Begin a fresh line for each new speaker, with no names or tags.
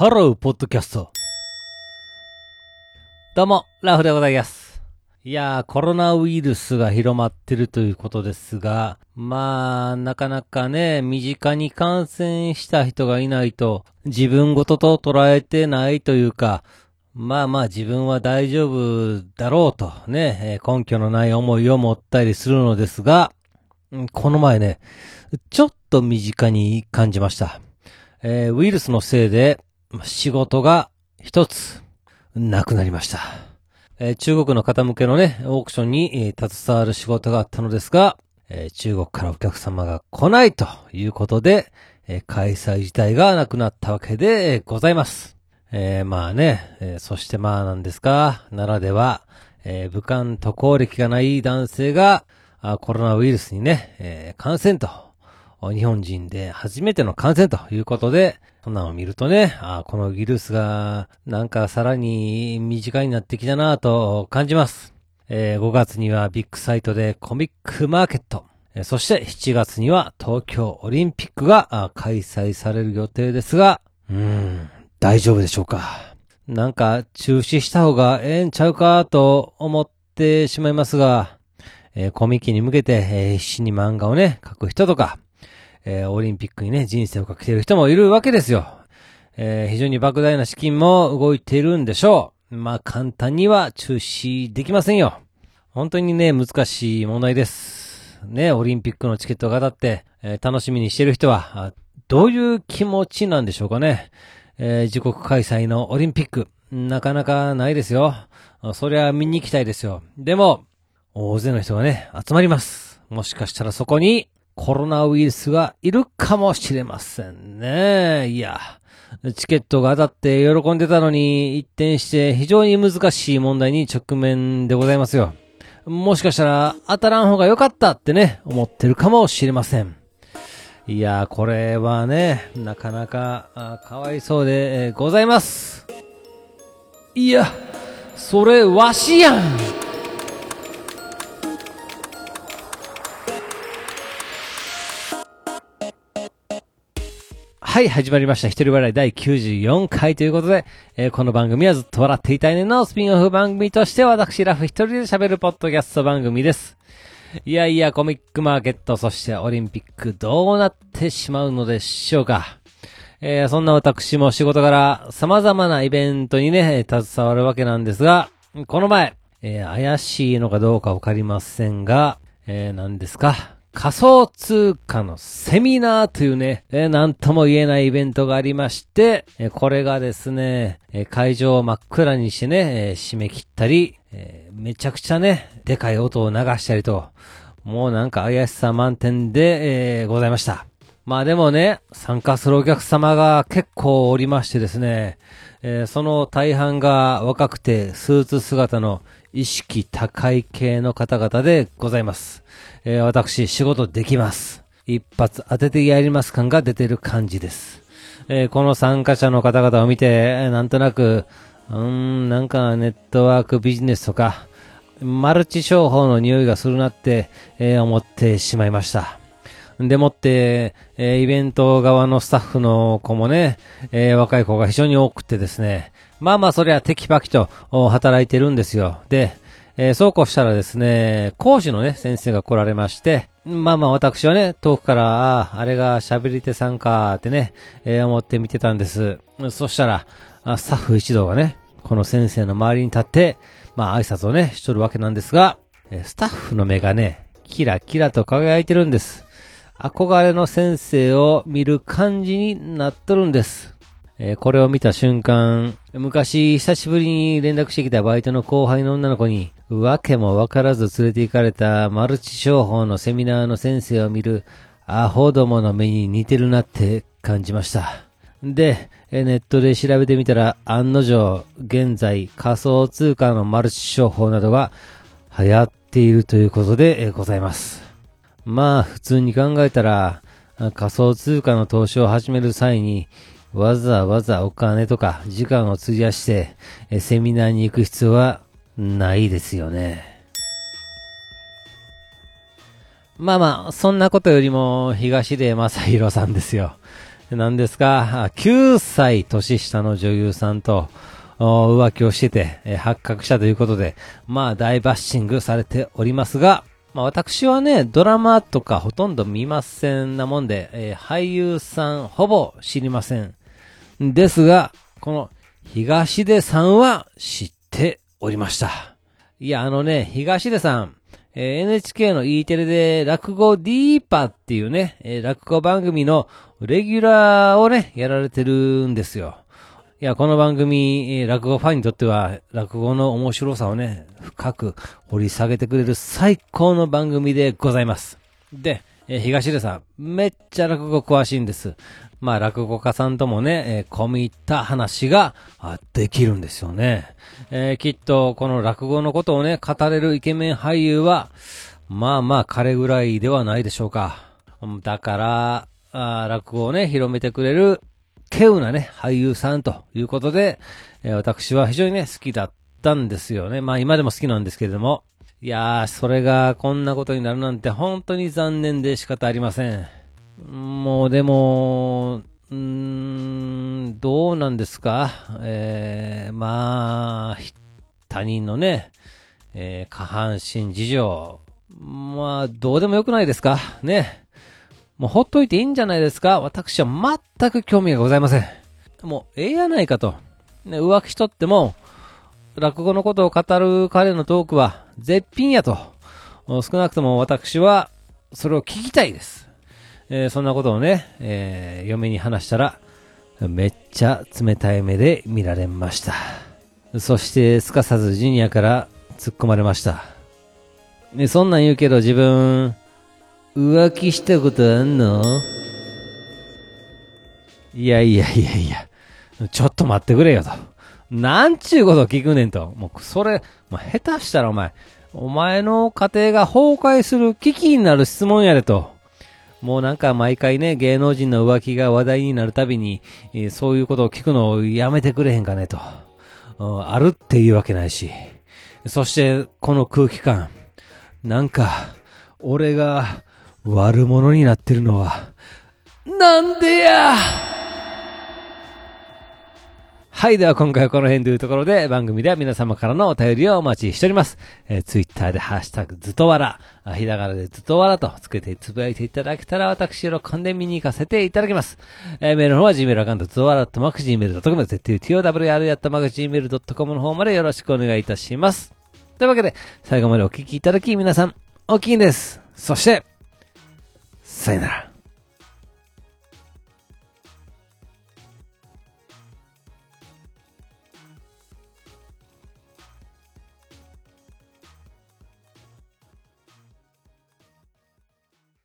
ハローポッドキャスト。どうも、ラフでございます。いやー、コロナウイルスが広まってるということですが、なかなかね、身近に感染した人がいないと、自分ごとと捉えてないというか、自分は大丈夫だろうとね、根拠のない思いを持ったりするのですが、この前ね、ちょっと身近に感じました。ウイルスのせいで仕事が一つなくなりました。中国の方向けのね、オークションに、携わる仕事があったのですが、中国からお客様が来ないということで、開催自体がなくなったわけでございます。そしてなんですか、奈良では、武漢渡航歴がない男性が、コロナウイルスにね、感染と、日本人で初めての感染ということで、そんなのを見るとね、このウイルスが、なんかさらに身近になってきたなぁと感じます。5月にはビッグサイトでコミックマーケット、そして7月には東京オリンピックが開催される予定ですが、大丈夫でしょうか。なんか中止した方がええんちゃうかと思ってしまいますが、コミケに向けて、必死に漫画をね、描く人とか、オリンピックにね、人生をかけている人もいるわけですよ。非常に莫大な資金も動いているんでしょう。簡単には中止できませんよ。本当にね、難しい問題です。ね、オリンピックのチケットが当たって、楽しみにしている人は、どういう気持ちなんでしょうかね。自国開催のオリンピック、なかなかないですよ。そりゃ見に行きたいですよ。でも、大勢の人がね、集まります。もしかしたらそこに、コロナウイルスがいるかもしれませんね。いや、チケットが当たって喜んでたのに一転して非常に難しい問題に直面でございますよ。もしかしたら当たらん方が良かったってね、思ってるかもしれません。いや、これはね、なかなかかわいそうで、ございます。いや、それわしやん。はい、始まりました。一人笑い第94回ということで、この番組はずっと笑っていたいねのスピンオフ番組として私ラフ一人で喋るポッドキャスト番組です。いやいや、コミックマーケット、そしてオリンピックどうなってしまうのでしょうか。そんな私も仕事から様々なイベントにね、携わるわけなんですが、この前、怪しいのかどうかわかりませんが、何ですか。仮想通貨のセミナーというね、なんとも言えないイベントがありまして、これがですね、会場を真っ暗にしてね、締め切ったり、めちゃくちゃね、でかい音を流したりと、もうなんか怪しさ満点で、ございました。でもね、参加するお客様が結構おりましてですね、その大半が若くてスーツ姿の意識高い系の方々でございます。私仕事できます。一発当ててやります感が出てる感じです。この参加者の方々を見て、なんとなく、なんかネットワークビジネスとか、マルチ商法の匂いがするなって、思ってしまいました。でもって、イベント側のスタッフの子もね、若い子が非常に多くてですね、そりゃテキパキと働いてるんですよ。で、そうこうしたらですね、講師のね、先生が来られまして、私はね、遠くから、あれが喋り手さんかってね、思って見てたんです。そしたら、スタッフ一同がね、この先生の周りに立って、挨拶をね、しとるわけなんですが、スタッフの目がね、キラキラと輝いてるんです。憧れの先生を見る感じになっとるんです。これを見た瞬間、昔久しぶりに連絡してきたバイトの後輩の女の子に、わけもわからず連れて行かれたマルチ商法のセミナーの先生を見るアホどもの目に似てるなって感じました。で、ネットで調べてみたら案の定、現在仮想通貨のマルチ商法などが流行っているということでございます。普通に考えたら仮想通貨の投資を始める際にわざわざお金とか時間を費やしてセミナーに行く必要はないですよね。そんなことよりも東出正宏さんですよ。 なんですが、9歳年下の女優さんと浮気をしてて、発覚したということで、まあ大バッシングされておりますが、まあ私はね、ドラマとかほとんど見ませんなもんで、俳優さんほぼ知りません。ですが、この東出さんは知っておりました。いや、東出さん、NHK の E テレで落語ディーパーっていうね、落語番組のレギュラーをね、やられてるんですよ。いや、この番組、落語ファンにとっては、落語の面白さをね、深く掘り下げてくれる最高の番組でございます。で、東出さん、めっちゃ落語詳しいんです。まあ、落語家さんともね、込み入った話ができるんですよね。きっと、この落語のことをね、語れるイケメン俳優は、まあまあ、彼ぐらいではないでしょうか。だから、落語をね、広めてくれる、稀有なね、俳優さんということで、私は非常にね、好きだったんですよね。まあ今でも好きなんですけれども。いやー、それがこんなことになるなんて本当に残念で仕方ありません。もうでも、どうなんですか？まあ、他人のね、下半身事情。まあ、どうでもよくないですか？ね。もうほっといていいんじゃないですか？私は全く興味がございません。もう、やないかと。ね、浮気しとっても、落語のことを語る彼のトークは絶品やと。少なくとも私は、それを聞きたいです。そんなことをね、嫁に話したら、めっちゃ冷たい目で見られました。そして、すかさずジュニアから突っ込まれました。ね、そんなん言うけど自分、浮気したことあんの？いや、ちょっと待ってくれよと。なんちゅうことを聞くねんと。もう、それ、下手したらお前の家庭が崩壊する危機になる質問やでと。もうなんか毎回ね、芸能人の浮気が話題になるたびに、そういうことを聞くのをやめてくれへんかねと。あるっていうわけないし。そして、この空気感。なんか、俺が悪者になってるのは、なんでや！はい、では今回はこの辺というところで番組では皆様からのお便りをお待ちしております。ツイッターでハッシュタグずとわら、ひらがなでずとわらとつけてつぶやいていただけたら私喜んで見に行かせていただきます。メールの方は Gmail アカウントずとわら@gmail.com、zutowr@gmail.com の方までよろしくお願いいたします。というわけで最後までお聞きいただき皆さんおきんです。そして、さよなら。